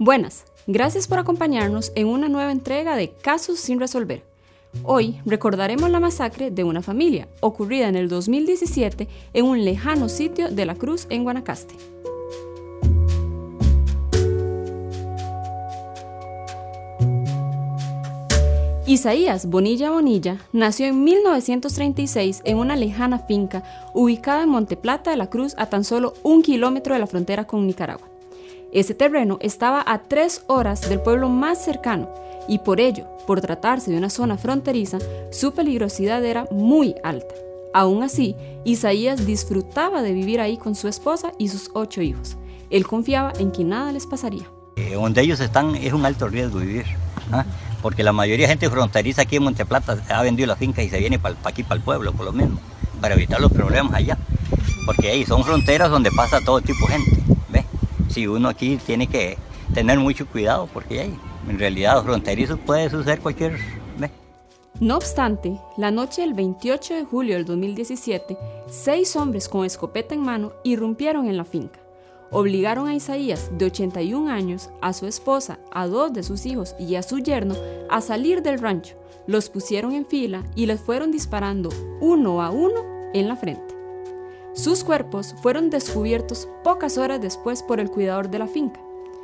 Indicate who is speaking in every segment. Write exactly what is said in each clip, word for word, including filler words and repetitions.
Speaker 1: Buenas, gracias por acompañarnos en una nueva entrega de Casos sin resolver. Hoy recordaremos la masacre de una familia, ocurrida en el dos mil diecisiete en un lejano sitio de La Cruz, en Guanacaste. Isaías Bonilla Bonilla nació en mil novecientos treinta y seis en una lejana finca ubicada en Monteplata de La Cruz, a tan solo un kilómetro de la frontera con Nicaragua. Ese terreno estaba a tres horas del pueblo más cercano y por ello, por tratarse de una zona fronteriza, su peligrosidad era muy alta. Aún así, Isaías disfrutaba de vivir ahí con su esposa y sus ocho hijos. Él confiaba en que nada les pasaría.
Speaker 2: Eh, donde ellos están es un alto riesgo vivir, ¿ah? Porque la mayoría de gente fronteriza aquí en Monteplata ha vendido la finca y se viene para aquí, para el pueblo, por lo mismo, para evitar los problemas allá. Porque ahí son fronteras donde pasa todo tipo de gente, ¿ves? Si uno aquí tiene que tener mucho cuidado, porque ahí, en realidad, los fronterizos puede suceder cualquier... ¿ves?
Speaker 1: No obstante, la noche del veintiocho de julio del dos mil diecisiete, seis hombres con escopeta en mano irrumpieron en la finca. Obligaron a Isaías, de ochenta y un años, a su esposa, a dos de sus hijos y a su yerno a salir del rancho. Los pusieron en fila y les fueron disparando uno a uno en la frente. Sus cuerpos fueron descubiertos pocas horas después por el cuidador de la finca.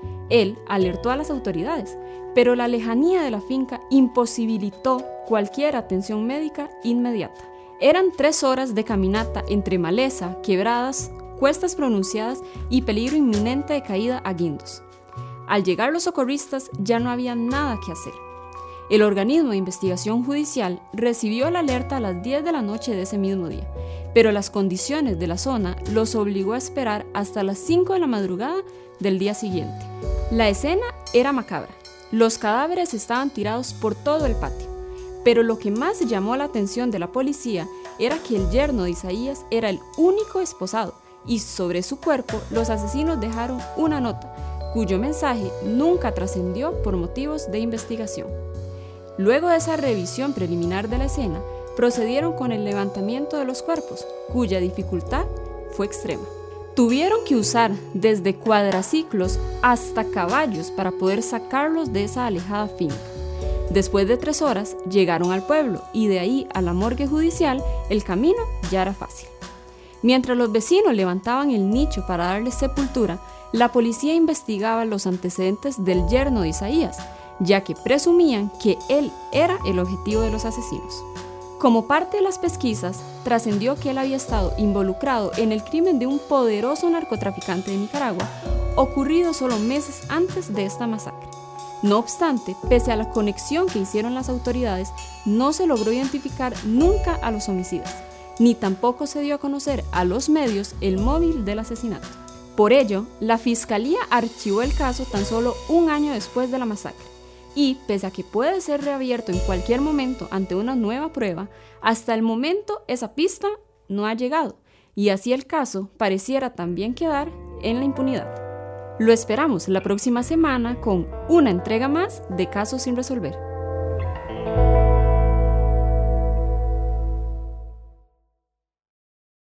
Speaker 1: Él alertó a las autoridades, pero la lejanía de la finca imposibilitó cualquier atención médica inmediata. Eran tres horas de caminata entre maleza, quebradas, cuestas pronunciadas y peligro inminente de caída a guindos. Al llegar los socorristas ya no había nada que hacer. El organismo de investigación judicial recibió la alerta a las diez de la noche de ese mismo día, pero las condiciones de la zona los obligó a esperar hasta las cinco de la madrugada del día siguiente. La escena era macabra. Los cadáveres estaban tirados por todo el patio, pero lo que más llamó la atención de la policía era que el yerno de Isaías era el único esposado, y sobre su cuerpo los asesinos dejaron una nota, cuyo mensaje nunca trascendió por motivos de investigación. Luego de esa revisión preliminar de la escena, procedieron con el levantamiento de los cuerpos, cuya dificultad fue extrema. Tuvieron que usar desde cuadraciclos hasta caballos para poder sacarlos de esa alejada finca. Después de tres horas, llegaron al pueblo y de ahí a la morgue judicial el camino ya era fácil. Mientras los vecinos levantaban el nicho para darle sepultura, la policía investigaba los antecedentes del yerno de Isaías, ya que presumían que él era el objetivo de los asesinos. Como parte de las pesquisas, trascendió que él había estado involucrado en el crimen de un poderoso narcotraficante de Nicaragua, ocurrido solo meses antes de esta masacre. No obstante, pese a la conexión que hicieron las autoridades, no se logró identificar nunca a los homicidas, ni tampoco se dio a conocer a los medios el móvil del asesinato. Por ello, la Fiscalía archivó el caso tan solo un año después de la masacre, y pese a que puede ser reabierto en cualquier momento ante una nueva prueba, hasta el momento esa pista no ha llegado, y así el caso pareciera también quedar en la impunidad. Lo esperamos la próxima semana con una entrega más de Casos sin resolver.